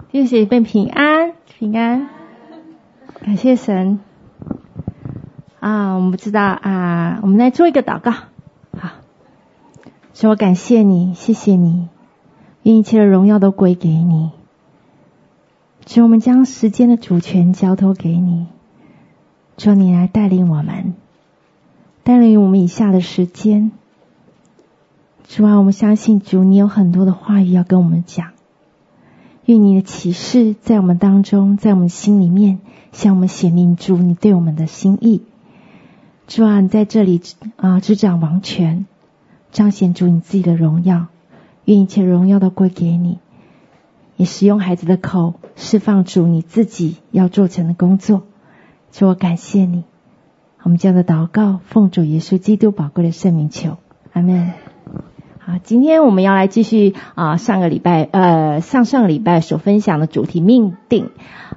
谢谢被平安，平安，感谢神啊！我们知道啊，我们来做一个祷告。好，主，我感谢你，谢谢你，愿一切的荣耀都归给你。主，我们将时间的主权交托给你，主，你来带领我们，带领我们以下的时间。主啊，我们相信主，你有很多的话语要跟我们讲。愿你的启示在我们当中，在我们心里面向我们显明主你对我们的心意。主啊，你在这里执掌王权，彰显主你自己的荣耀，愿一切荣耀都归给你，也使用孩子的口释放主你自己要做成的工作。主，我感谢你，我们这样的祷告奉主耶稣基督宝贵的圣名求，阿们。好，今天我们要来继续上个礼拜上个礼拜所分享的主题命定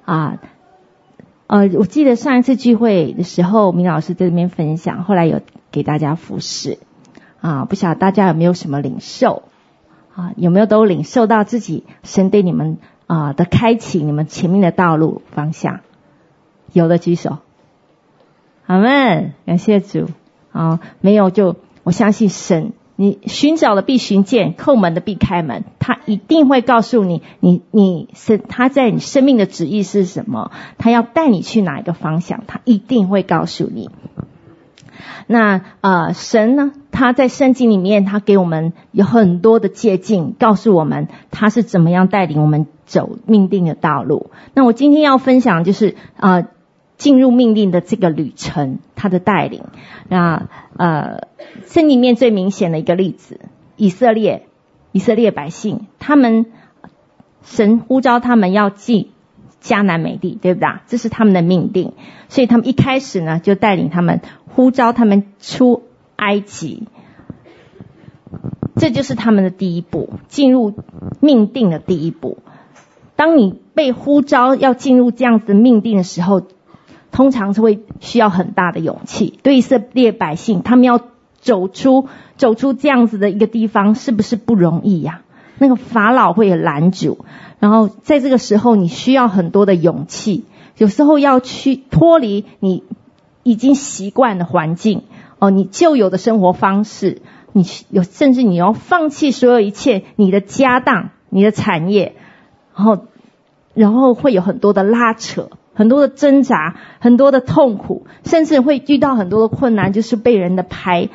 我记得上一次聚会的时候，明老师在这边分享，后来有给大家服侍不晓得大家有没有什么领受有没有都领受到自己神对你们的开启，你们前面的道路方向？有的举手。阿们，感谢主没有就我相信神，你寻找的必寻见，叩门的必开门，他一定会告诉你他在你生命的旨意是什么，他要带你去哪一个方向，他一定会告诉你。那神呢，他在圣经里面他给我们有很多的借鉴，告诉我们他是怎么样带领我们走命定的道路。那我今天要分享就是进入命令的这个旅程，他的带领。那圣经里面最明显的一个例子，以色列百姓，神呼召他们要进迦南美地，对不对？这是他们的命定，所以他们一开始呢就带领他们，呼召他们出埃及，这就是他们的第一步，进入命定的第一步。当你被呼召要进入这样子的命定的时候，通常是会需要很大的勇气。对以色列百姓，他们要走出这样子的一个地方，是不是不容易呀？那个法老会有拦阻，然后在这个时候你需要很多的勇气，有时候要去脱离你已经习惯的环境你旧有的生活方式，甚至你要放弃所有一切，你的家当，你的产业，然后会有很多的拉扯，很多的挣扎，很多的痛苦，甚至会遇到很多的困难，就是被人的排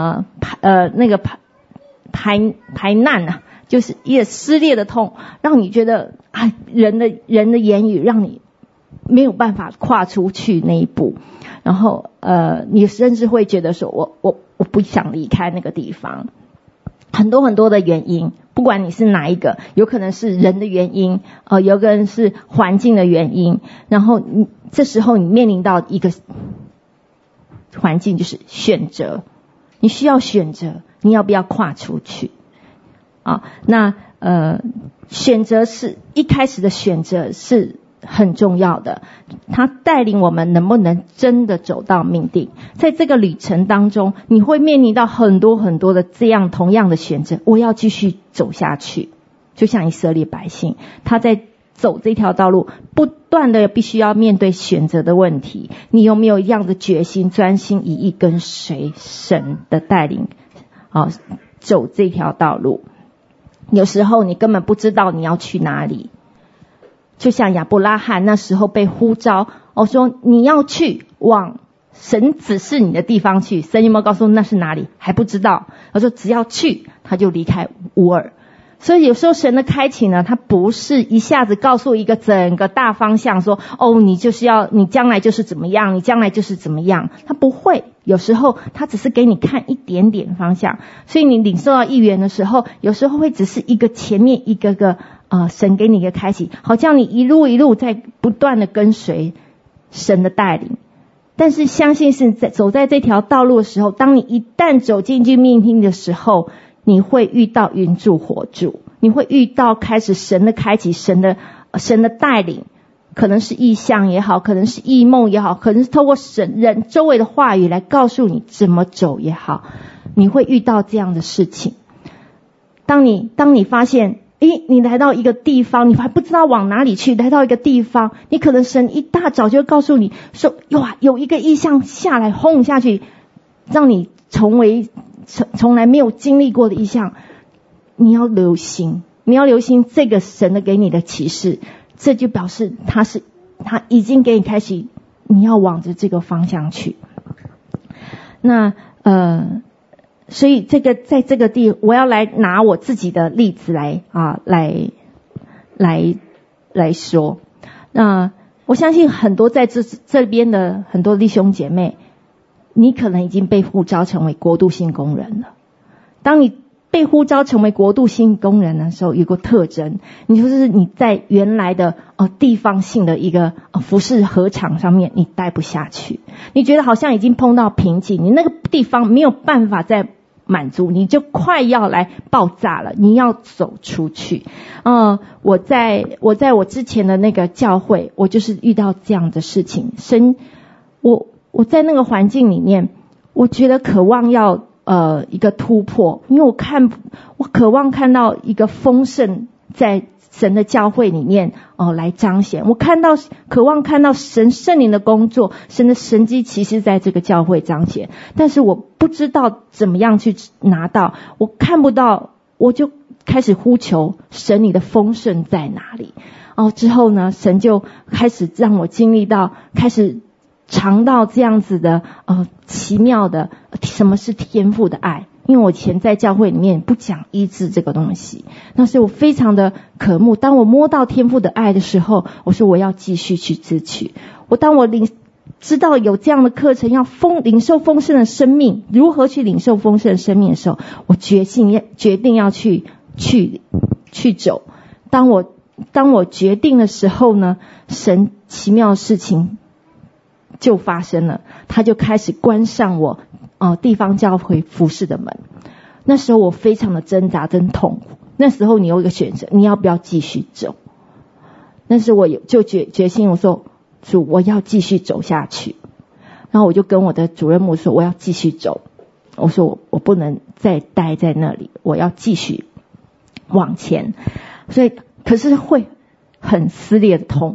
难就是一个撕裂的痛，让你觉得人的言语让你没有办法跨出去那一步，然后你甚至会觉得说我不想离开那个地方。很多很多的原因，不管你是哪一个，有可能是人的原因有个人是环境的原因，然后这时候你面临到一个环境，就是选择，你需要选择你要不要跨出去那选择是一开始的选择是很重要的，它带领我们能不能真的走到命定。在这个旅程当中，你会面临到很多很多的这样同样的选择，我要继续走下去。就像以色列百姓，他在走这条道路不断的必须要面对选择的问题，你有没有一样的决心，专心一意跟随神的带领走这条道路。有时候你根本不知道你要去哪里，就像亚伯拉罕那时候被呼召说你要去往神指示你的地方去，神有没有告诉那是哪里还不知道，他说只要去，他就离开乌尔。所以有时候神的开启呢，他不是一下子告诉一个整个大方向说你将来就是怎么样，你将来就是怎么样，他不会，有时候他只是给你看一点点方向。所以你领受到意愿的时候，有时候会只是一个前面一个个神给你一个开启，好像你一路一路在不断的跟随神的带领。但是相信是走在这条道路的时候，当你一旦走进去命定的时候，你会遇到云柱火柱，你会遇到开始神的开启，神的带领，可能是异象也好，可能是异梦也好，可能是透过人周围的话语来告诉你怎么走也好，你会遇到这样的事情。当你发现你来到一个地方，你还不知道往哪里去，来到一个地方，你可能神一大早就告诉你说，哇，有一个异象下来，轰下去，让你从来没有经历过的异象。你要留心这个神的给你的启示，这就表示他已经给你开启，你要往着这个方向去。那所以在这个我要来拿我自己的例子来说。那我相信很多在这边的很多弟兄姐妹，你可能已经被呼召成为国度性工人了。当你被呼召成为国度性工人的时候，有个特征，就是你在原来的地方性的一个服事禾场上面，你待不下去，你觉得好像已经碰到瓶颈，你那个地方没有办法再满足，你就快要来爆炸了，你要走出去。我在我之前的那个教会，我就是遇到这样的事情。我在那个环境里面，我觉得渴望要一个突破，因为我渴望看到一个丰盛在神的教会里面来彰显。我渴望看到神圣灵的工作，神的神迹其实在这个教会彰显，但是我不知道怎么样去拿到，我看不到，我就开始呼求神，你的丰盛在哪里？之后呢，神就开始让我经历到，开始尝到这样子的奇妙的什么是天父的爱。因为我以前在教会里面不讲医治这个东西，那所以我非常的渴慕。当我摸到天父的爱的时候，我说我要继续去支取。当我知道有这样的课程，要领受丰盛的生命，如何去领受丰盛的生命的时候，我决定要去走。当我决定的时候呢，神奇妙的事情就发生了，他就开始关上我地方教会服事的门。那时候我非常的挣扎跟痛苦，那时候你有一个选择，你要不要继续走？那时我就决心，我说主，我要继续走下去。然后我就跟我的主任牧说，我要继续走，我说我不能再待在那里，我要继续往前。所以可是会很撕裂的痛，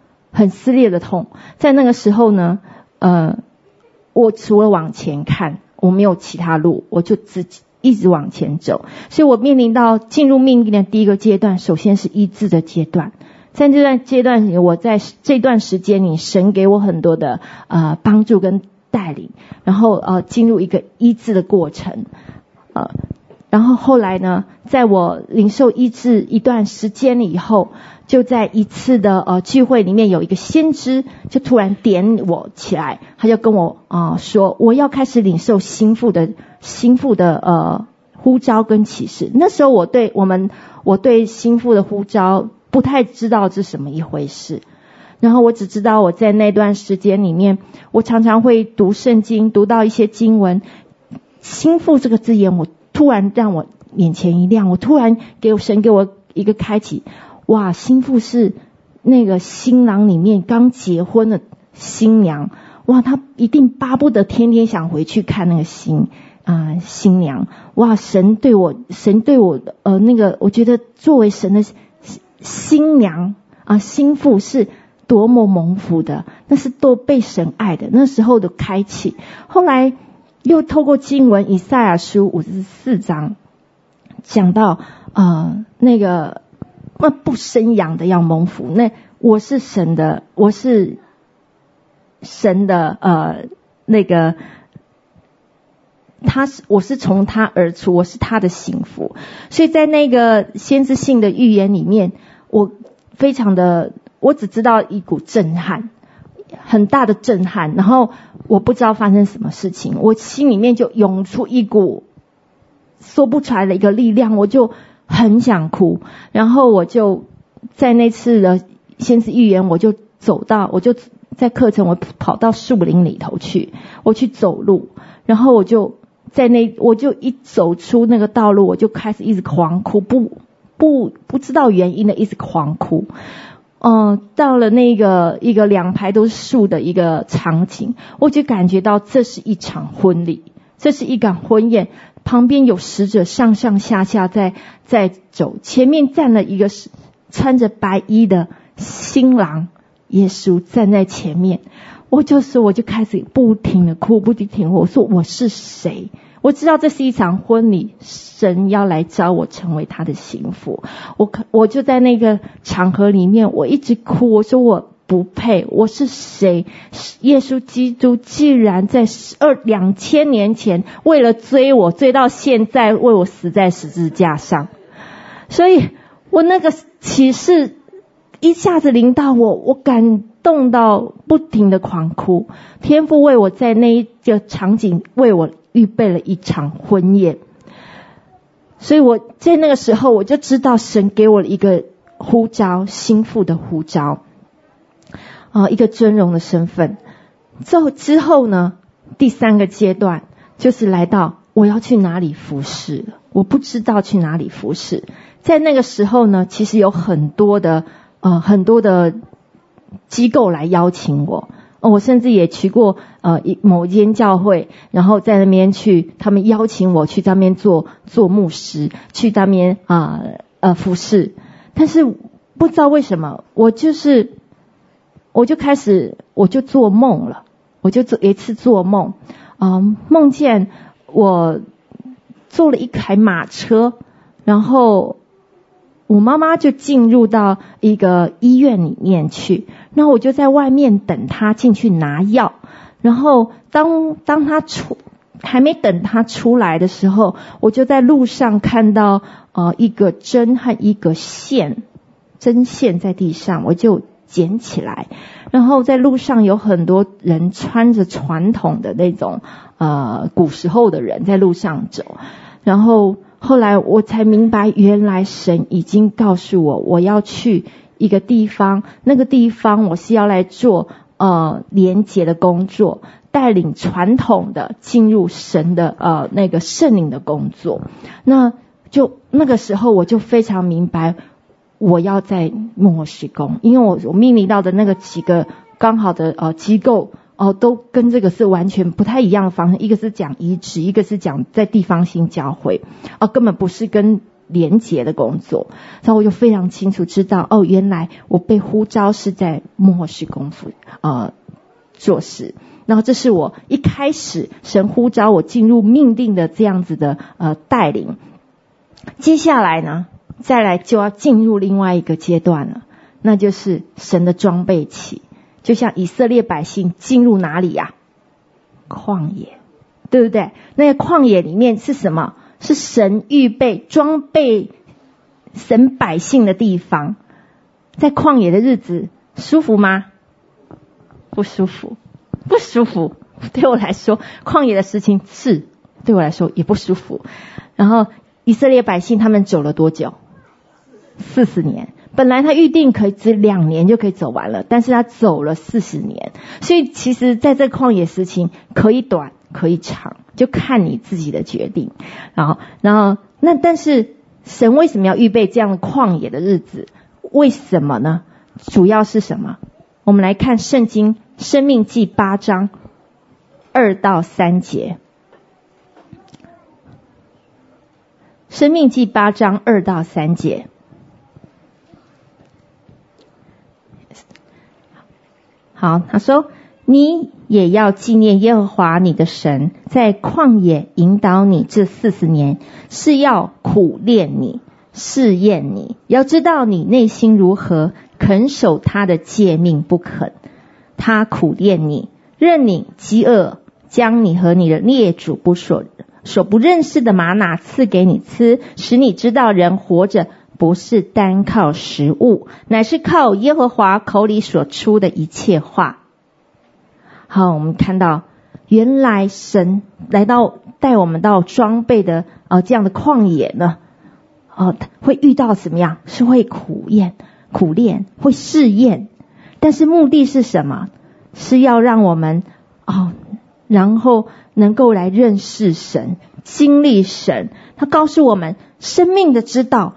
在那个时候呢我除了往前看，我没有其他路，我就自己一直往前走。所以我面临到进入命令的第一个阶段，首先是医治的阶段。在这段阶段，我在这段时间里，神给我很多的帮助跟带领，然后进入一个医治的过程。然后后来呢，在我领受医治一段时间了以后，就在一次的聚会里面，有一个先知就突然点我起来，他就跟我说，我要开始领受心腹的呼召跟启示。那时候我对心腹的呼召不太知道这是什么一回事，然后我只知道我在那段时间里面，我常常会读圣经，读到一些经文，心腹这个字眼，我突然让我眼前一亮，我突然神给我一个开启，哇，心腹是那个新郎里面刚结婚的新娘，哇，他一定巴不得天天想回去看那个新娘。哇，神对我那个，我觉得作为神的新娘心腹是多么蒙福的，那是多被神爱的，那时候的开启。后来又透过经文以赛亚书54章讲到那个不生养的要蒙福，那我是神的那个我是从他而出，我是他的幸福。所以在那个先知性的预言里面，我只知道一股震撼，很大的震撼，然后我不知道发生什么事情，我心里面就涌出一股说不出来的一个力量，我就很想哭。然后我就在那次的先知预言，我就在课程，我跑到树林里头去，我去走路，然后我就一走出那个道路，我就开始一直狂哭，不知道原因的一直狂哭。到了那个一个2排都是树的一个场景，我就感觉到这是一场婚礼，这是一场婚宴， 旁边有使者上上下下在走，前面站了一个穿着白衣的新郎，耶稣站在前面。我就开始不停的哭，不停地我说我是谁？我知道这是一场婚礼，神要来招我成为他的新妇。我就在那个场合里面，我一直哭，我说我不配，我是谁？耶稣基督既然在2000年前为了追我，追到现在，为我死在十字架上。所以我那个启示一下子临到我感动到不停的狂哭。天父为我在那一个场景为我预备了一场婚宴，所以我在那个时候我就知道神给我了一个呼召，新妇的呼召，一个尊荣的身份。之后呢，第3个阶段就是来到我要去哪里服侍了，我不知道去哪里服侍。在那个时候呢，其实有很多的机构来邀请我。我甚至也去过某间教会，然后在那边他们邀请我去那边做牧师，去那边服侍。但是不知道为什么，我就做梦了，我就一次做梦，梦见我坐了一台马车，然后我妈妈就进入到一个医院里面去，然后我就在外面等她进去拿药。然后当她还没等她出来的时候，我就在路上看到一个针和一个针线在地上，我就捡起来。然后在路上有很多人穿着传统的那种古时候的人在路上走，然后后来我才明白，原来神已经告诉我，我要去一个地方，那个地方我是要来做连结的工作，带领传统的进入神的那个圣灵的工作。那个时候我就非常明白，我要在幕后事工，因为我命令到的那个几个刚好的机构都跟这个是完全不太一样的方向，一个是讲医治，一个是讲在地方性教会，根本不是跟连结的工作。然后我就非常清楚知道，原来我被呼召是在幕后事工做事。然后这是我一开始神呼召我进入命定的这样子的带领。接下来呢，再来就要进入另外一个阶段了，那就是神的装备期。就像以色列百姓进入哪里呀？旷野，对不对？那个旷野里面是什么？是神预备装备神百姓的地方。在旷野的日子舒服吗？不舒服，不舒服。对我来说，旷野的事情是对我来说也不舒服。然后以色列百姓他们走了多久？40年。本来他预定可以只2年就可以走完了，但是他走了40年。所以其实在这旷野事情可以短可以长，就看你自己的决定。然后但是神为什么要预备这样的旷野的日子？为什么呢？主要是什么？我们来看圣经申命记8章2到3节。申命记8章2到3节。好，他说，你也要纪念耶和华你的神，在旷野引导你这40年，是要苦练你，试验你，要知道你内心如何，肯守他的诫命不肯。他苦练你，任你饥饿，将你和你的列祖所不认识的玛拿赐给你吃，使你知道人活着不是单靠食物，乃是靠耶和华口里所出的一切话。好，我们看到原来神来到带我们到装备的这样的旷野呢，会遇到什么样？是会苦练，会试验。但是目的是什么？是要让我们然后能够来认识神，经历神。他告诉我们生命的之道，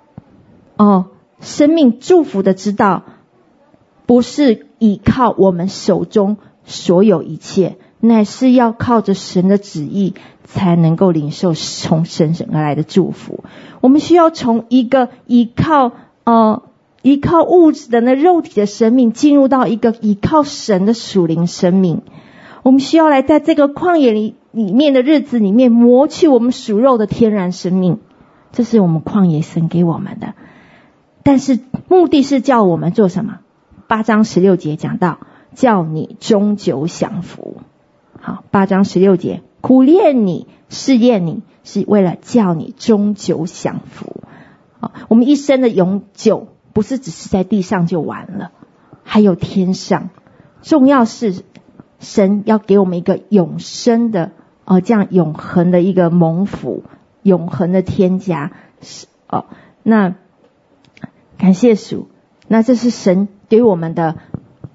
生命祝福的之道，不是依靠我们手中所有一切， 乃是要靠着神的旨意才能够领受从神而来的祝福。我们需要从一个依靠物质的那肉体的生命，进入到一个依靠神的属灵生命。我们需要来在这个旷野里面的日子里面磨去我们属肉的天然生命，这是我们旷野神给我们的。但是目的是叫我们做什么？8章16节讲到，叫你终久享福。好，8章16节，苦炼你，试验你，是为了叫你终久享福。我们一生的永久不是只是在地上就完了，还有天上。重要是神要给我们一个永生的这样永恒的一个蒙福，永恒的天家。那感谢主，那这是神给我们的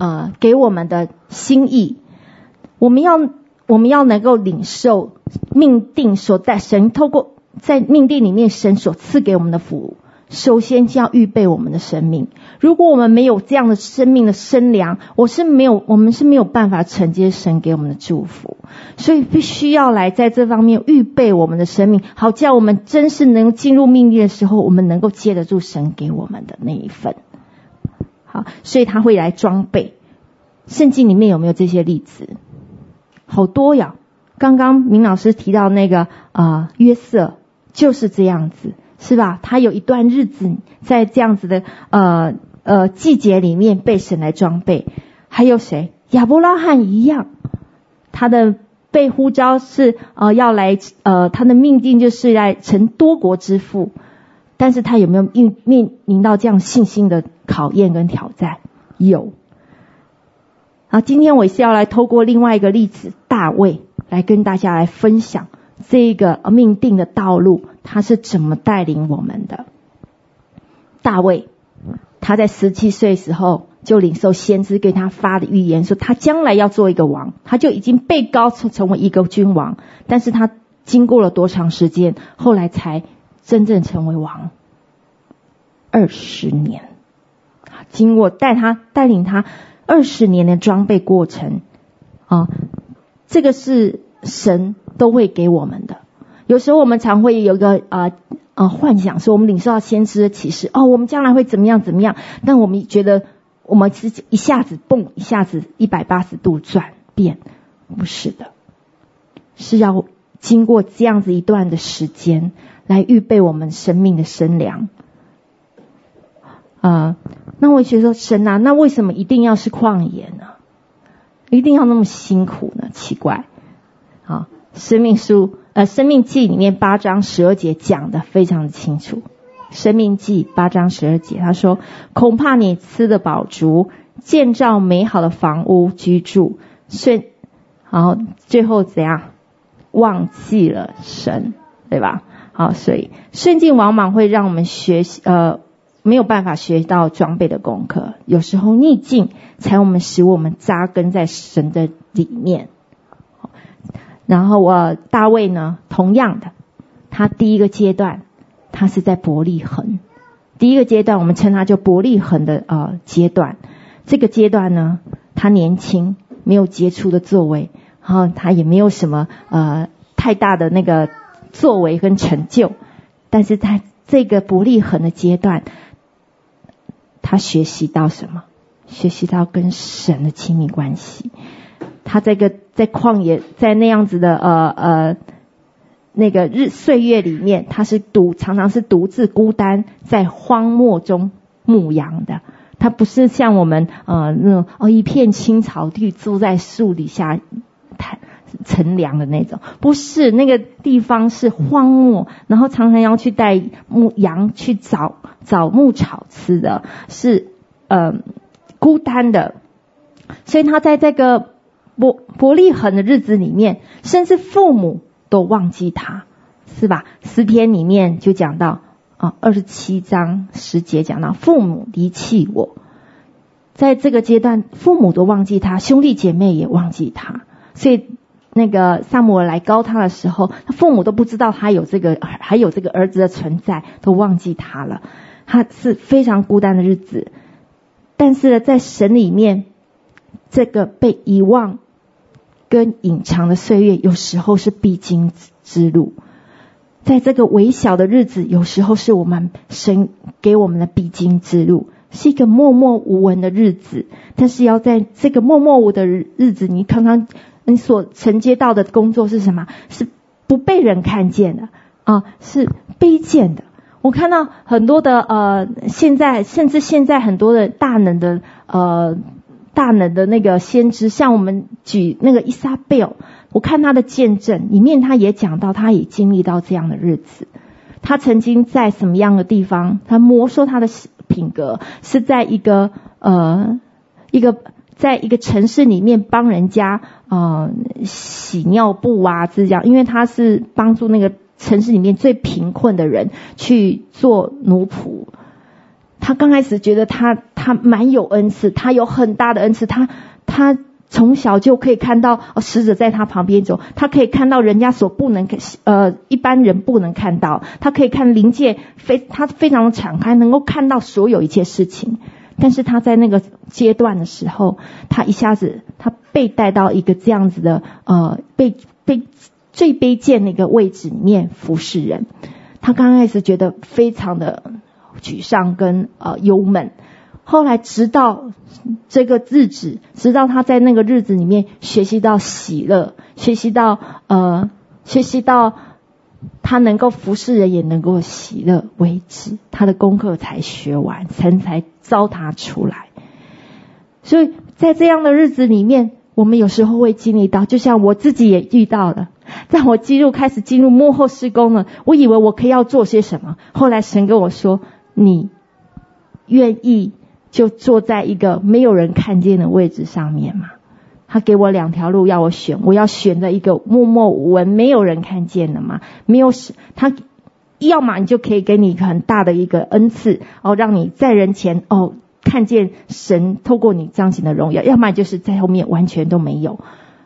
心意。我们要能够领受命定所带，神透过在命定里面神所赐给我们的福，首先就要预备我们的生命。如果我们没有这样的生命的生粮，我们是没有办法承接神给我们的祝福。所以必须要来在这方面预备我们的生命，好叫我们真是能进入命定的时候，我们能够接得住神给我们的那一份。好，所以他会来装备。圣经里面有没有这些例子？好多呀。刚刚明老师提到那个约瑟就是这样子，是吧？他有一段日子在这样子的季节里面被神来装备。还有谁？亚伯拉罕一样，他的被呼召是要来他的命定就是来成多国之父，但是他有没有面临到这样信心的考验跟挑战？有。今天我也是要来透过另外一个例子大卫来跟大家来分享这个命定的道路，他是怎么带领我们的。大卫他在17岁的时候就领受先知给他发的预言，说他将来要做一个王，他就已经被膏成为一个君王，但是他经过了多长时间，后来才真正成为王？20年。经过带领他20年的装备过程这个是神都会给我们的。有时候我们常会有一个幻想，说我们领受到先知的启示，我们将来会怎么样，但我们觉得我们是一下子一下子180度转变，不是的，是要经过这样子一段的时间来预备我们生命的生粮。那我觉得说神啊，那为什么一定要是旷野呢？一定要那么辛苦呢？奇怪。生命记里面8章12节讲得非常的清楚。生命记8章12节他说，恐怕你吃得饱足，建造美好的房屋居住，最后怎样？忘记了神，对吧？所以顺境往往会让我们学习没有办法学到装备的功课，有时候逆境才使我们扎根在神的里面。然后大卫呢，同样的，他第一个阶段他是在伯利恒。第一个阶段我们称他叫伯利恒的阶段。这个阶段呢，他年轻，没有杰出的作为，然后他也没有什么太大的那个作为跟成就，但是在这个伯利恒的阶段，他学习到什么？学习到跟神的亲密关系。他在旷野，在那样子的那个岁月里面，他是常常是独自孤单在荒漠中牧羊的。他不是像我们那种一片青草地，住在树底下乘凉的那种，不是，那个地方是荒漠，然后常常要去带羊去找牧草吃的，是孤单的。所以他在这个伯利恒的日子里面，甚至父母都忘记他，是吧？诗篇里面就讲到27章10节讲到父母离弃我，在这个阶段父母都忘记他，兄弟姐妹也忘记他，所以那个撒母耳来膏他的时候，他父母都不知道还有这个儿子的存在，都忘记他了。他是非常孤单的日子。但是呢，在神里面，这个被遗忘跟隐藏的岁月有时候是必经之路，在这个微小的日子有时候是我们神给我们的必经之路，是一个默默无闻的日子，但是要在这个默默无的日子，你常常你所承接到的工作是什么？是不被人看见的是卑贱的。我看到很多的现在甚至现在很多的大能的那个先知，像我们举那个伊莎贝尔，我看他的见证里面，他也讲到他也经历到这样的日子。他曾经在什么样的地方，他说他的品格是在一个城市里面帮人家洗尿布这样，因为他是帮助那个城市里面最贫困的人去做奴仆。他刚开始觉得他蛮有恩赐，他有很大的恩赐，他从小就可以看到使者在他旁边走，他可以看到人家所不能一般人不能看到，他可以看灵界他非常的敞开，能够看到所有一切事情。但是他在那个阶段的时候，他一下子他被带到一个这样子的被最卑贱的一个位置里面服侍人。他刚开始觉得非常的沮丧跟忧闷，后来直到这个日子，直到他在那个日子里面学习到喜乐，学习到他能够服侍人也能够喜乐为止，他的功课才学完，神才召他出来。所以在这样的日子里面，我们有时候会经历到，就像我自己也遇到了，在我开始进入幕后事工了，我以为我可以要做些什么，后来神跟我说，你愿意就坐在一个没有人看见的位置上面吗？他给我2条路要我选，我要选的一个默默无闻没有人看见的嘛，没有他要么你就可以给你一个很大的一个恩赐让你在人前看见神透过你彰显的荣耀，要么就是在后面完全都没有。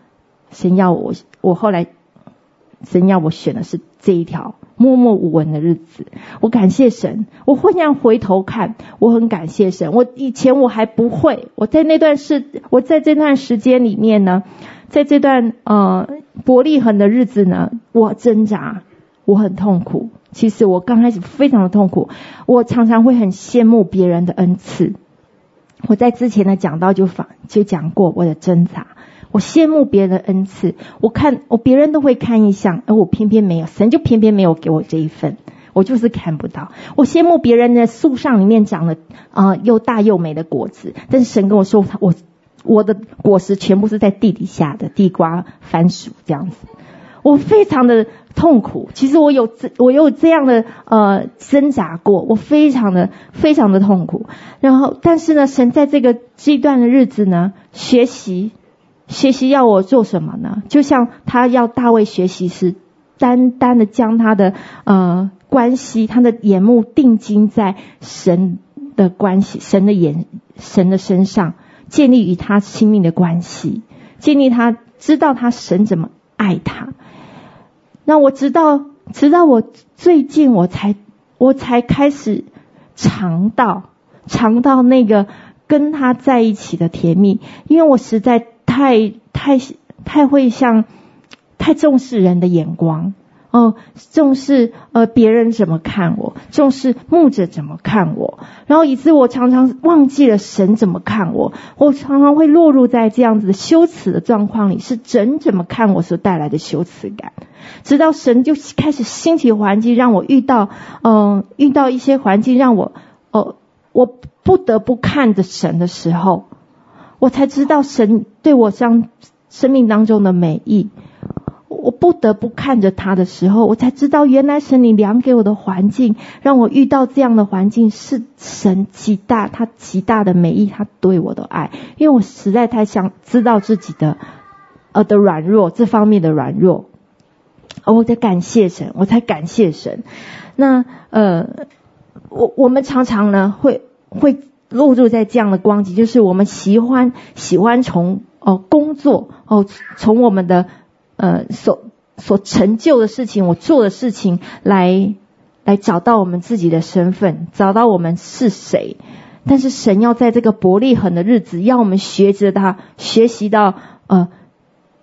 后来神要我选的是这一条默默无闻的日子。我感谢神，我忽然回头看，我很感谢神。我以前我还不会，我在这段时间里面呢，在这段伯利恒的日子呢，我挣扎，我很痛苦。其实我刚开始非常的痛苦，我常常会很羡慕别人的恩赐。我在之前的讲道就讲过我的挣扎。我羡慕别人的恩赐，我别人都会看异象，而我偏偏没有，神就偏偏没有给我这一份，我就是看不到。我羡慕别人的树上里面长了又大又美的果子，但是神跟我说我的果实全部是在地底下的，地瓜、番薯这样子。我非常的痛苦，其实我有这样的挣扎过，我非常的痛苦。然后但是呢，神在这段的日子呢，学习要我做什么呢？就像他要大卫学习是单单的将他的关系，他的眼目定睛在神的关系，神的身上，建立与他亲密的关系，建立他知道他神怎么爱他。那我直到我最近我才开始尝到那个跟他在一起的甜蜜，因为我实在太会太重视人的眼光重视别人怎么看我，重视牧者怎么看我，然后以致我常常忘记了神怎么看我，我常常会落入在这样子的羞耻的状况里，是神怎么看我所带来的羞耻感。直到神就开始兴起环境，让我遇到一些环境，让我不得不看着神的时候，我才知道神对我生命当中的美意。我不得不看着他的时候，我才知道原来神你量给我的环境，让我遇到这样的环境，是神他极大的美意，他对我的爱。因为我实在太想知道自己的软弱，这方面的软弱，我才感谢神。那我们常常呢会落入在这样的光景，就是我们喜欢从工作从我们的所成就的事情，我做的事情来找到我们自己的身份，找到我们是谁。但是神要在这个伯利恒的日子，要我们学习到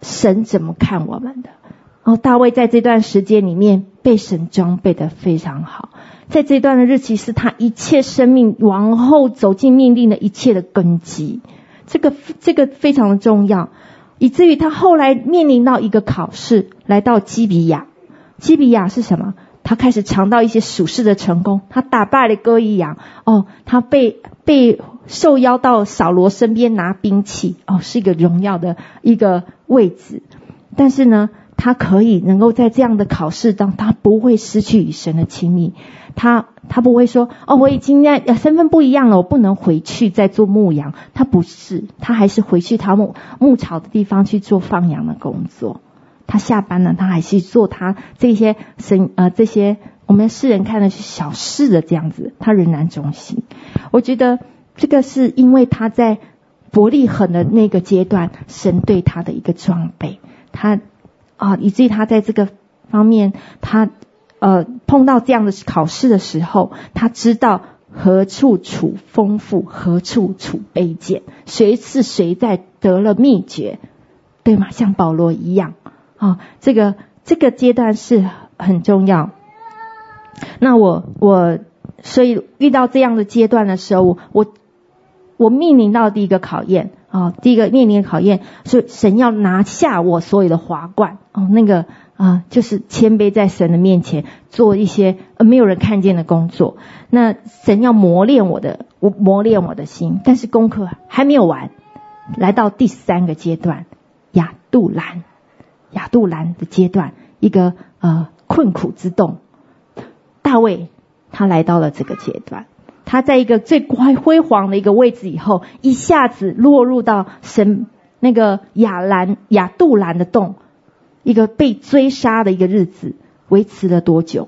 神怎么看我们的。大卫在这段时间里面被神装备得非常好，在这段的日期是他一切生命往后走进命令的一切的根基，这个非常的重要，以至于他后来面临到一个考试，来到基比亚。基比亚是什么？他开始尝到一些属世的成功，他打败了歌一羊，他被受邀到扫罗身边拿兵器，是一个荣耀的一个位置。但是呢，他可以能够在这样的考试当中，他不会失去与神的亲密，他不会说我已经身份不一样了，我不能回去再做牧羊。他不是，他还是回去他牧草的地方去做放羊的工作。他下班了，他还是做他这些这些我们世人看的是小事的这样子，他仍然忠心。我觉得这个是因为他在伯利恒的那个阶段，神对他的一个装备，他以至于他在这个方面，他碰到这样的考试的时候，他知道何处处丰富，何处处卑贱，谁是谁在得了秘诀，对吗？像保罗一样。这个阶段是很重要。那我所以遇到这样的阶段的时候，我面临到第一个考验第一个面临的考验，所以神要拿下我所有的华冠就是谦卑在神的面前做一些没有人看见的工作。那神要磨练我的心，但是功课还没有完。来到第3个阶段，亚杜兰的阶段，一个困苦之洞。大卫他来到了这个阶段，他在一个最辉煌的一个位置以后，一下子落入到神那个亚杜兰的洞，一个被追杀的一个日子，维持了多久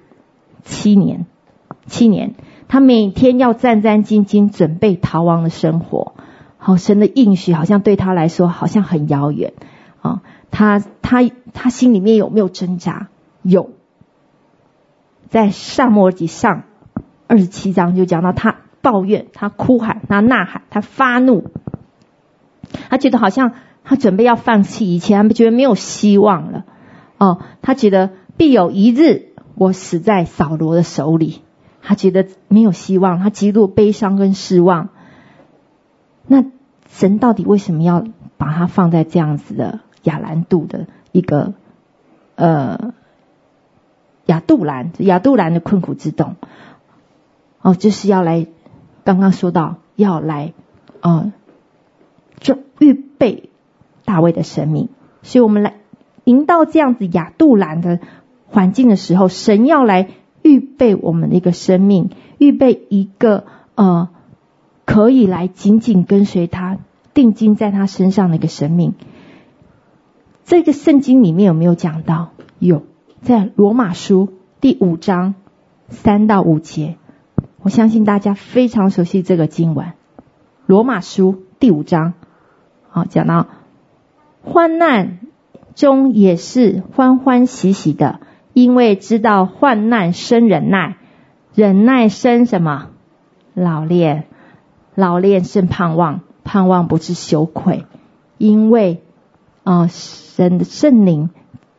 ？7年。他每天要战战兢兢准备逃亡的生活。神的应许好像对他来说好像很遥远他心里面有没有挣扎？有。在撒母耳记上27章就讲到他抱怨，他哭喊，他呐喊，他发怒，他觉得好像他准备要放弃一切，他觉得没有希望了他觉得必有一日我死在扫罗的手里，他觉得没有希望，他极度悲伤跟失望。那神到底为什么要把他放在这样子的亚兰度的一个亚杜兰的困苦之洞就是要来刚刚说到要来就预备大卫的生命。所以我们来临到这样子亚杜兰的环境的时候，神要来预备我们的一个生命，预备一个可以来紧紧跟随他，定睛在他身上的一个生命。这个圣经里面有没有讲到？有，在罗马书第5章3到5节，我相信大家非常熟悉这个经文。罗马书第5章讲到患难中也是欢欢喜喜的，因为知道患难生忍耐，忍耐生什么？老练，老练生盼望，盼望不致羞愧，因为神的圣灵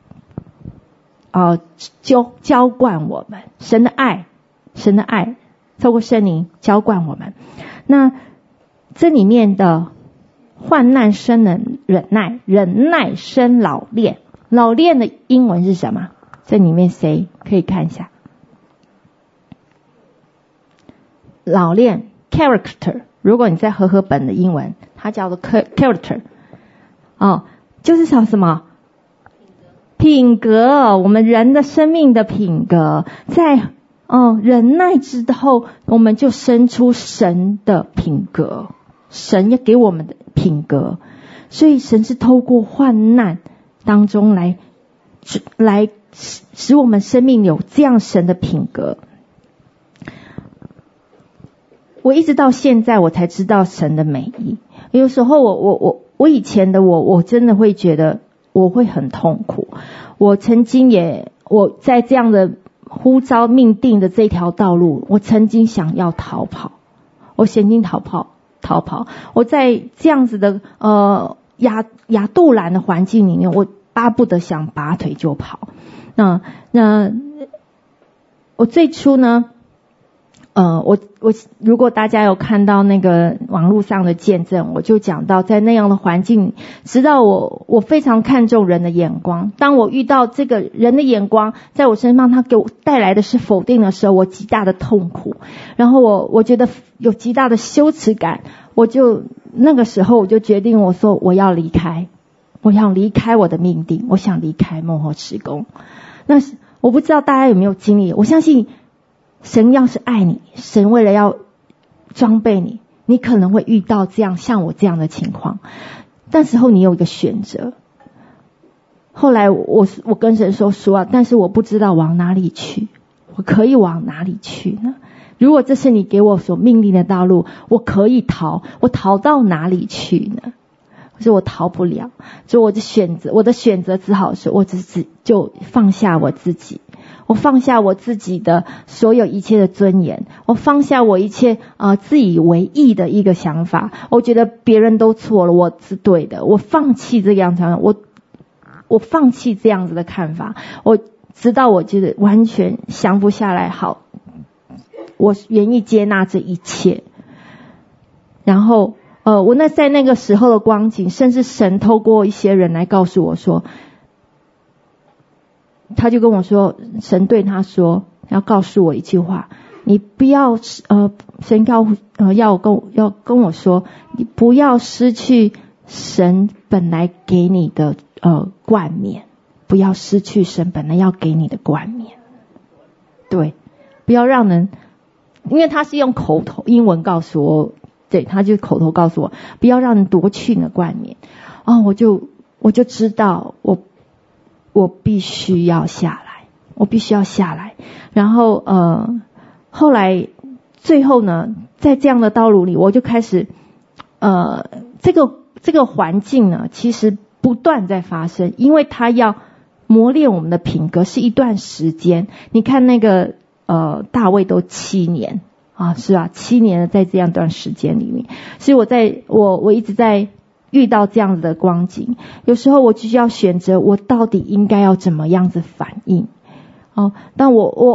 浇灌我们，神的爱透过圣灵浇灌我们。那这里面的患难生忍耐，忍耐生老练，老练的英文是什么？这里面谁可以看一下？老练 character， 如果你在和合本的英文，它叫做 character 就是什么？品格，我们人的生命的品格，在忍耐之后，我们就生出神的品格，神要给我们的品格。所以神是透过患难当中来使我们生命有这样神的品格。我一直到现在我才知道神的美意。有时候我以前的我真的会觉得我会很痛苦。我曾经我在这样的呼召命定的这条道路，我曾经想要逃跑，我曾经逃跑。我在这样子的亚杜兰的环境里面，我巴不得想拔腿就跑。那我最初呢，我如果大家有看到那个网络上的见证，我就讲到在那样的环境，直到我非常看重人的眼光。当我遇到这个人的眼光在我身上，他给我带来的是否定的时候，我极大的痛苦，然后我觉得有极大的羞耻感。那个时候我就决定，我说我要离开，我要离开我的命定，我想离开幕后事工。那我不知道大家有没有经历，我相信神要是爱你，神为了要装备你，你可能会遇到像我这样的情况，但时候你有一个选择。后来我跟神说啊，但是我不知道往哪里去，我可以往哪里去呢？如果这是你给我所命令的道路，我可以逃，我逃到哪里去呢？我说我逃不了，所以我的选择只好说，我就放下我自己，我放下我自己的所有一切的尊严，我放下我一切自以为意的一个想法，我觉得别人都错了，我是对的，我放弃这样子，我放弃这样子的看法，我直到我觉得完全降不下来，好，我愿意接纳这一切。然后我在那个时候的光景，甚至神透过一些人来告诉我说，他就跟我说，神对他说，要告诉我一句话，你不要神要跟我说，你不要失去神本来给你的冠冕，不要失去神本来要给你的冠冕。对，不要让人，因为他是用口头英文告诉我，对，他就口头告诉我，不要让人夺去你的冠冕。我就知道我必须要下来，我必须要下来。然后后来最后呢，在这样的道路里，我就开始这个环境呢，其实不断在发生，因为他要磨练我们的品格，是一段时间。你看那个大卫都7年啊，是啊，7年在这样一段时间里面，所以我一直在遇到这样子的光景，有时候我就要选择，我到底应该要怎么样子反应。当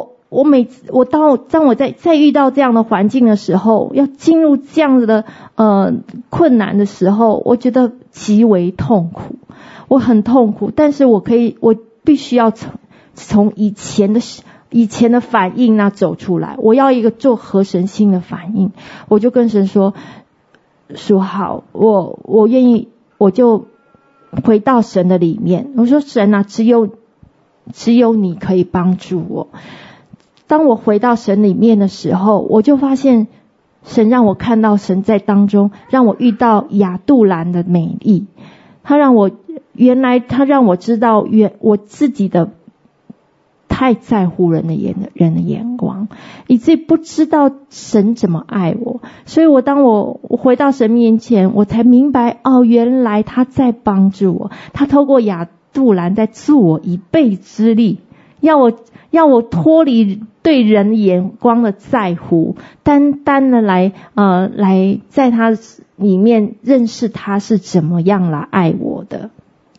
我在遇到这样的环境的时候，要进入这样子的困难的时候，我觉得极为痛苦，我很痛苦，但是我必须要从以前的反应那走出来，我要一个做合神心的反应。我就跟神说好，我愿意，我就回到神的里面。我说神啊，只有你可以帮助我。当我回到神里面的时候，我就发现神让我看到神在当中，让我遇到亚杜兰的美丽。他让我知道我自己的太在乎人的眼光，以至于不知道神怎么爱我。所以当我回到神面前，我才明白，原来他在帮助我，他透过亚杜兰在助我一臂之力，要我脱离对人眼光的在乎，单单的来在他里面认识他是怎么样来爱我的。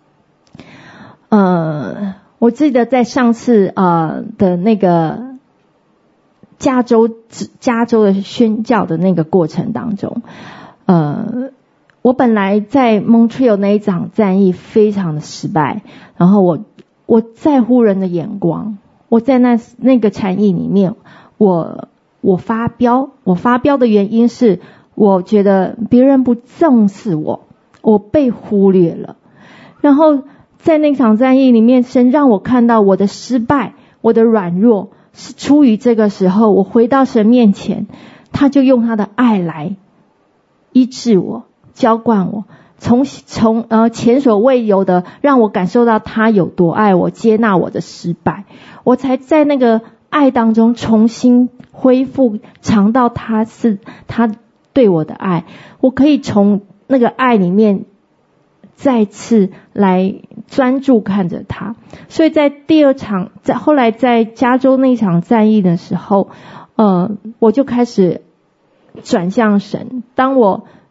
我记得在上次的那个加州的宣教的那个过程当中，我本来在 Montreal 那一场战役非常的失败，然后我在乎人的眼光，我在那个产业里面，我发飙的原因是，我觉得别人不重视我被忽略了。然后在那场战役里面，神让我看到我的失败，我的软弱，是出于这个时候，我回到神面前，他就用他的爱来医治我，浇灌我，从前所未有的让我感受到他有多爱我，接纳我的失败，我才在那个爱当中重新恢复，尝到他对我的爱，我可以从那个爱里面再次来专注看着他。所以在第二场，后来在加州那场战役的时候，我就开始转向神。当我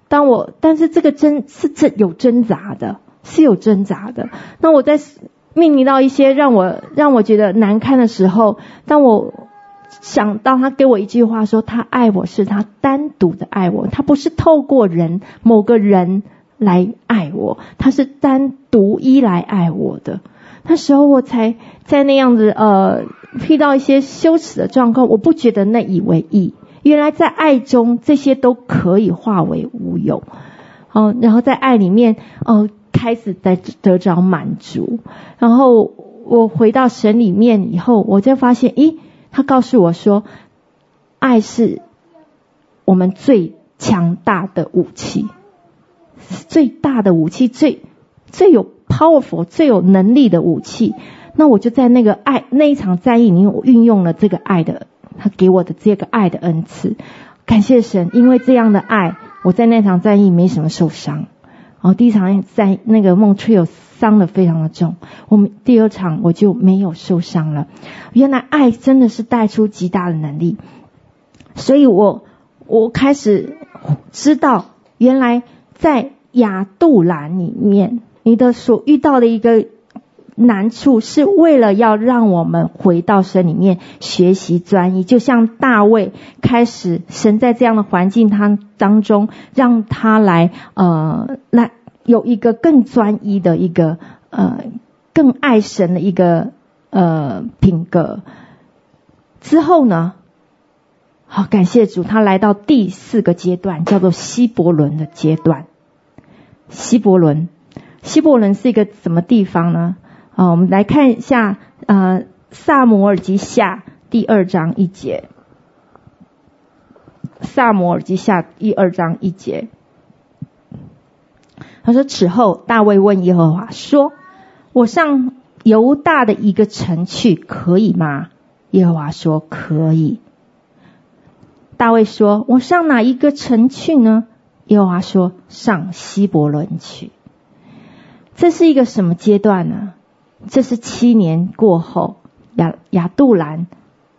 但是这个有挣扎的，是有挣扎的。那我在面临到一些让我觉得难堪的时候，当我想到他给我一句话说，他爱我是他单独的爱我，他不是透过某个人来爱我，他是独一来爱我的。那时候我才在那样子遇到一些羞耻的状况，我不觉得那以为意，原来在爱中这些都可以化为乌有。然后在爱里面开始得着满足。然后我回到神里面以后，我就发现他告诉我说，爱是我们最强大的武器，最大的武器，最有 powerful 最有能力的武器。那我就在那一场战役里面，我运用了这个爱的，他给我的这个爱的恩赐。感谢神，因为这样的爱，我在那场战役没什么受伤。第一场在那个Montreal伤得非常的重，第二场我就没有受伤了。原来爱真的是带出极大的能力。所以我开始知道，原来在亚杜兰里面，你的所遇到的一个难处，是为了要让我们回到神里面学习专一。就像大卫开始，神在这样的环境当中，让他来有一个更专一的一个更爱神的一个品格。之后呢，好，感谢主，他来到第4个阶段，叫做希伯伦的阶段。希伯伦是一个什么地方呢？我们来看一下撒母耳记下第2章1节。撒母耳记下第2章1节，他说，此后大卫问耶和华说，我上犹大的一个城去可以吗？耶和华说可以。大卫说，我上哪一个城去呢？耶和华说，上希伯伦去。这是一个什么阶段呢？这是7年过后，亚杜兰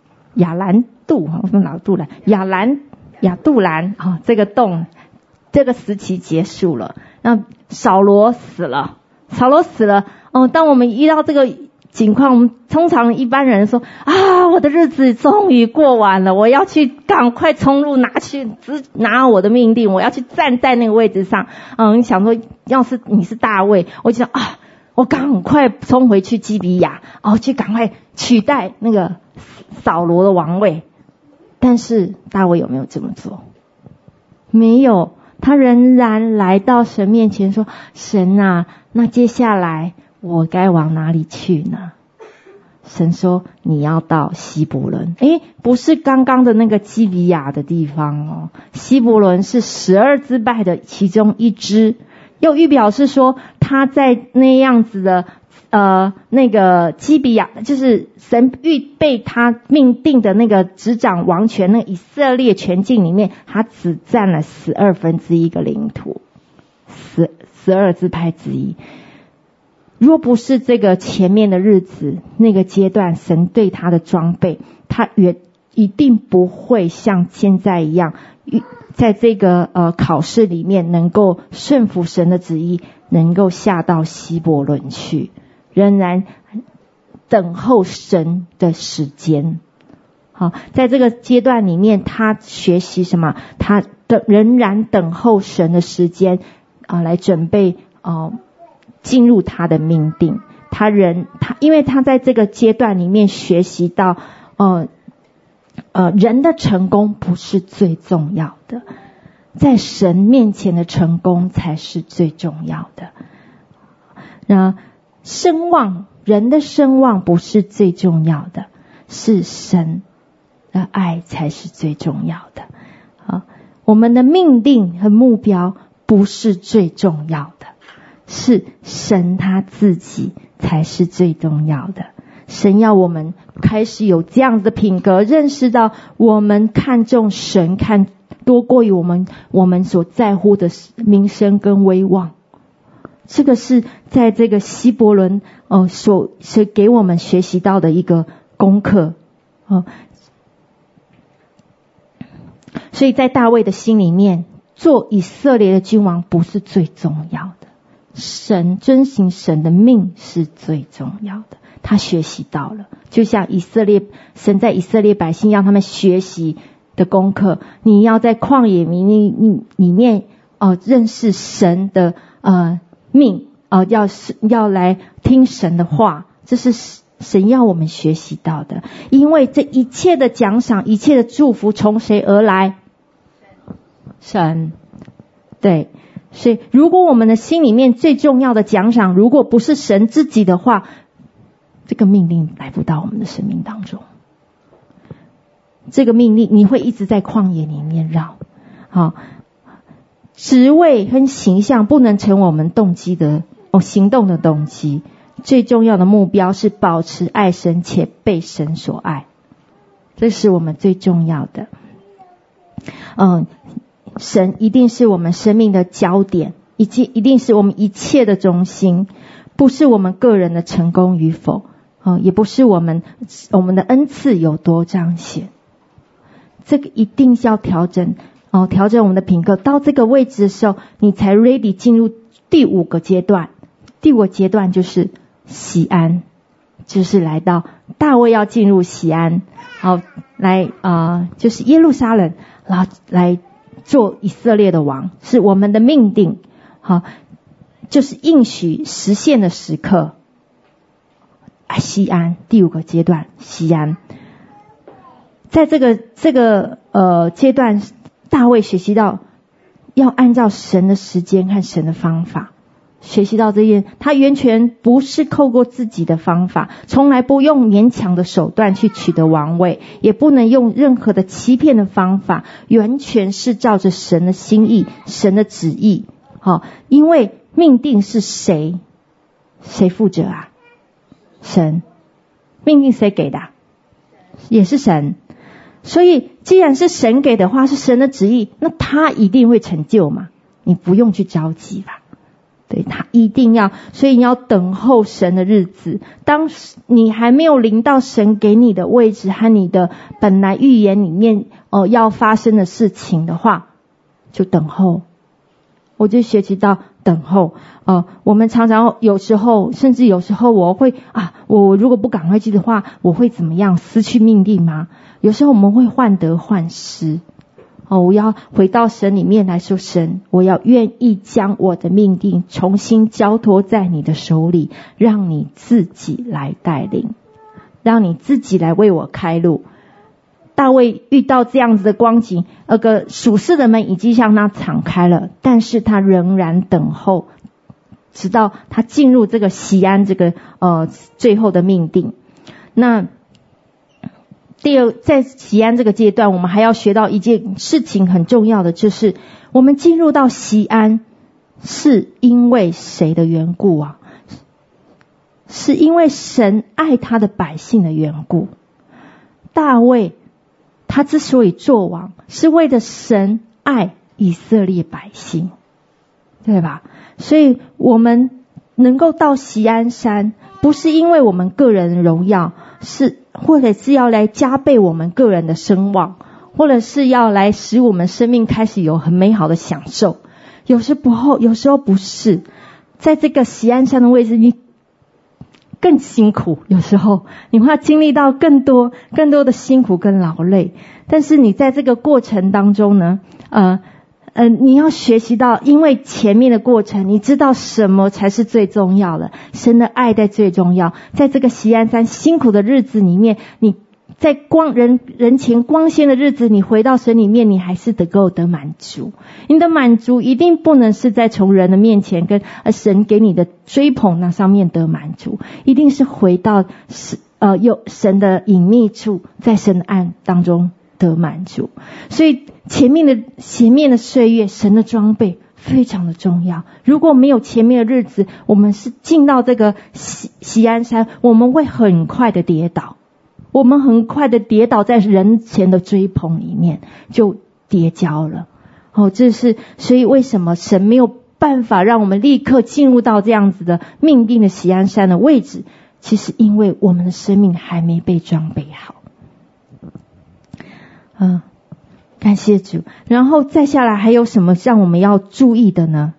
这个洞，这个时期结束了。那扫罗死了。当我们遇到这个情况，我们通常一般人说我的日子终于过完了，我要去赶快冲入拿我的命令，我要去站在那个位置上。你想说，要是你是大卫，我就想我赶快冲回去基比亚，去赶快取代那个扫罗的王位。但是大卫有没有这么做？没有，他仍然来到神面前说，神啊，那接下来我该往哪里去呢？神说，你要到希伯伦。不是刚刚的那个基比亚的地方希伯伦是12支派的其中一支，又预表示说他在那样子的那个基比亚，就是神预备他命定的那个执掌王权，那个以色列全境里面，他只占了1/12个领土，12支派之一。若不是这个前面的日子，那个阶段神对他的装备，他也一定不会像现在一样，在这个考试里面能够顺服神的旨意，能够下到希伯伦去，仍然等候神的时间。好，在这个阶段里面，他学习什么？他仍然等候神的时间来准备进入他的命定。因为他在这个阶段里面学习到人的成功不是最重要的，在神面前的成功才是最重要的。那人的声望不是最重要的，是神的爱才是最重要的。我们的命定和目标不是最重要的，是神他自己才是最重要的。神要我们开始有这样的品格，认识到我们看重神多过于我们所在乎的名声跟威望。这个是在这个希伯伦所给我们学习到的一个功课。所以在大卫的心里面， 做以色列的君王不是最重要的，神遵行神的命是最重要的。他学习到了，就像神在以色列百姓要他们学习的功课，你要在旷野里面认识神的命，要来听神的话，这是神要我们学习到的。因为这一切的奖赏，一切的祝福从谁而来？神。对，所以如果我们的心里面最重要的奖赏如果不是神自己的话，这个命令来不到我们的生命当中。这个命令你会一直在旷野里面绕。好，职位跟形象不能成为我们行动的动机。最重要的目标是保持爱神且被神所爱，这是我们最重要的。神一定是我们生命的焦点，一定是我们一切的中心，不是我们个人的成功与否，也不是我们的恩赐有多彰显。这个一定是要调整我们的品格。到这个位置的时候，你才 ready 进入第五个阶段。第五个阶段就是锡安，就是来到大卫要进入锡安，好来就是耶路撒冷，然后来做以色列的王，是我们的命定。好，就是应许实现的时刻。锡安，第五个阶段，锡安。在这个阶段，大卫学习到要按照神的时间和神的方法，学习到这些，他完全不是透过自己的方法，从来不用勉强的手段去取得王位，也不能用任何的欺骗的方法，完全是照着神的心意，神的旨意。因为命定是谁负责啊？神。命定谁给的？也是神。所以既然是神给的话，是神的旨意，那他一定会成就嘛，你不用去着急吧。对，他一定要，所以你要等候神的日子。当你还没有临到神给你的位置和你的本来预言里面要发生的事情的话，就等候。我就学习到等候。我们常常有时候，甚至有时候我会我如果不赶快去的话，我会怎么样？失去命定吗？有时候我们会患得患失。我要回到神里面来说，神，我要愿意将我的命定重新交托在你的手里，让你自己来带领，让你自己来为我开路。大卫遇到这样子的光景，属世的门已经向他敞开了，但是他仍然等候，直到他进入这个锡安这个最后的命定。那在锡安这个阶段，我们还要学到一件事情很重要的，就是我们进入到锡安是因为谁的缘故啊？是因为神爱他的百姓的缘故。大卫他之所以做王，是为了神爱以色列百姓，对吧？所以我们能够到锡安山，不是因为我们个人的荣耀，或者是要来加倍我们个人的声望，或者是要来使我们生命开始有很美好的享受。有时候不是。在这个锡安山的位置，你更辛苦，有时候你会经历到更多的辛苦跟劳累。但是你在这个过程当中呢，你要学习到，因为前面的过程你知道什么才是最重要的，神的爱在最重要。在这个锡安山辛苦的日子里面，你在人前光鲜的日子，你回到神里面，你还是得满足。你的满足一定不能是在从人的面前跟神给你的追捧那上面得满足，一定是回到有神的隐秘处，在神的爱当中得满足。所以前面的岁月，神的装备非常的重要。如果没有前面的日子，我们是进到这个锡安山，我们会很快的跌倒。我们很快的跌倒在人前的追捧里面，就跌跤了。所以为什么神没有办法让我们立刻进入到这样子的命定的锡安山的位置？其实因为我们的生命还没被装备好。 感谢主。然后再下来还有什么让我们要注意的呢？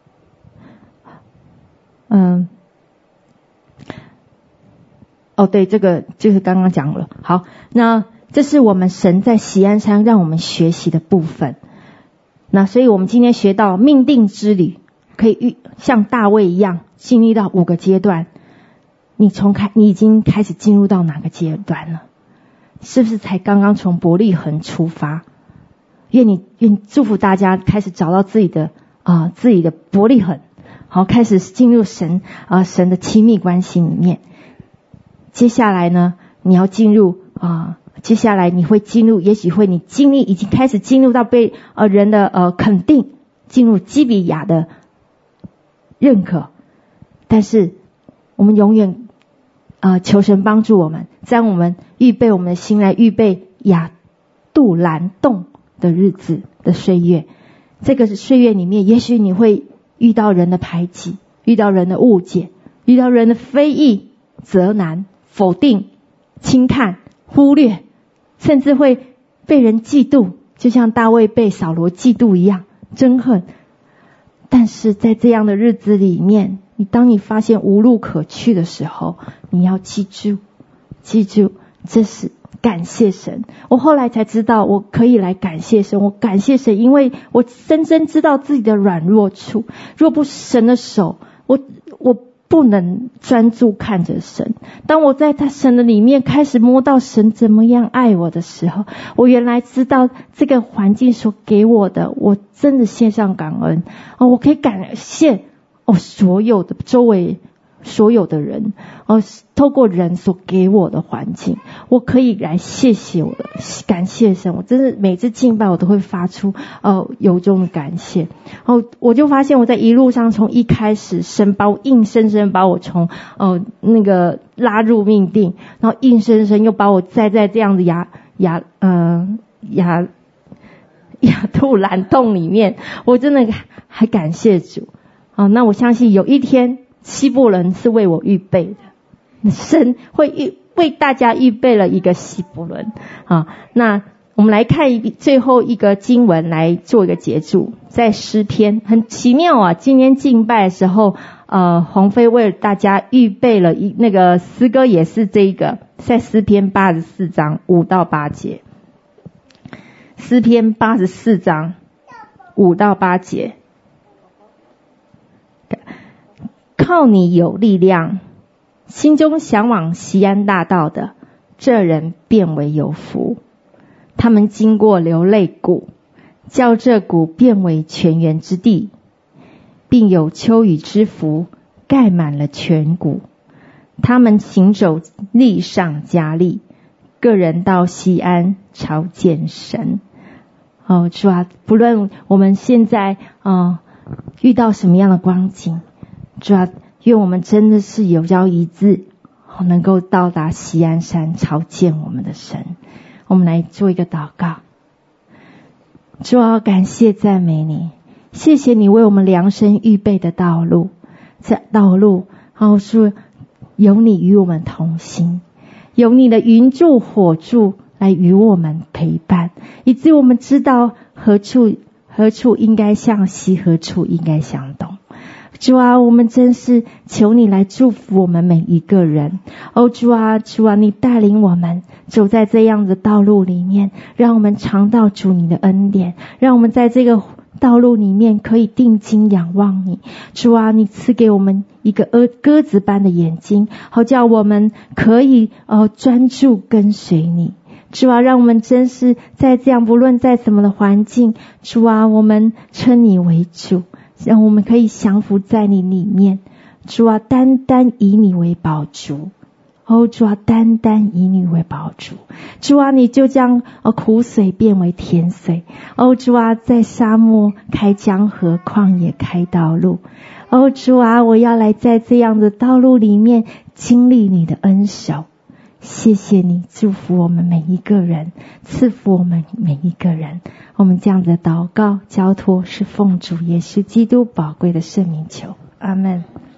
对，这个就是刚刚讲了。好，那这是我们神在锡安山让我们学习的部分。那所以我们今天学到命定之旅，可以像大卫一样经历到5个阶段。你已经开始进入到哪个阶段了？是不是才刚刚从伯利恒出发？愿祝福大家开始找到自己的伯利恒，好，开始进入神的亲密关系里面。接下来呢，你要进入接下来你会进入，也许会你已经开始进入到被人的肯定，进入基比亚的认可。但是我们永远求神帮助我们，在我们预备我们的心来预备亚杜兰洞的日子的岁月。这个岁月里面，也许你会遇到人的排挤，遇到人的误解，遇到人的非议、责难、否定、轻看、忽略，甚至会被人嫉妒，就像大卫被扫罗嫉妒一样，憎恨。但是在这样的日子里面，当你发现无路可去的时候，你要记住，这是感谢神。我后来才知道，我可以来感谢神。我感谢神，因为我深深知道自己的软弱处。若不是神的手，我不能专注看着神。当我在他神的里面开始摸到神怎么样爱我的时候，我原来知道这个环境所给我的，我真的献上感恩。我可以感谢所有的周围所有的人，透过人所给我的环境，我可以来感谢神。我真是每次敬拜我都会发出由衷的感谢。我就发现我在一路上从一开始，神硬生生把我从那个拉入命定，然后硬生生又把我栽在这样的亚杜兰洞里面，我真的还感谢主。那我相信有一天希伯伦是为我预备的，神会为大家预备了一个希伯伦。那我们来看最后一个经文来做一个结束，在诗篇。很奇妙啊，今天敬拜的时候黄飞为大家预备了那个诗歌，也是这个，在诗篇84章5到8节。诗篇84章5到8节。靠你有力量，心中向往锡安大道的，这人变为有福。他们经过流泪谷，叫这谷变为泉源之地，并有秋雨之福盖满了全谷。他们行走力上加力，个人到锡安朝见神。主啊，不论我们现在遇到什么样的光景，主啊，愿我们真的是有朝一日能够到达锡安山朝见我们的神。我们来做一个祷告。主啊，感谢赞美你，谢谢你为我们量身预备的道路，这道路是有你与我们同行，有你的云柱火柱来与我们陪伴，以至于我们知道何处应该向西，何处应该向东。主啊，我们真是求你来祝福我们每一个人。主啊，你带领我们走在这样的道路里面，让我们尝到主你的恩典，让我们在这个道路里面可以定睛仰望你。主啊，你赐给我们一个鸽子般的眼睛，好叫我们可以专注跟随你。主啊，让我们真是在这样不论在什么的环境，主啊，我们称你为主，让我们可以降服在你里面。主啊，单单以你为宝珠。主啊，单单以你为宝珠。主啊，你就将苦水变为甜水。主啊，在沙漠开江河，旷野开道路。主啊，我要来在这样的道路里面经历你的恩手。谢谢你祝福我们每一个人，赐福我们每一个人。我们这样的祷告交托是奉主耶稣基督宝贵的圣名求，阿们。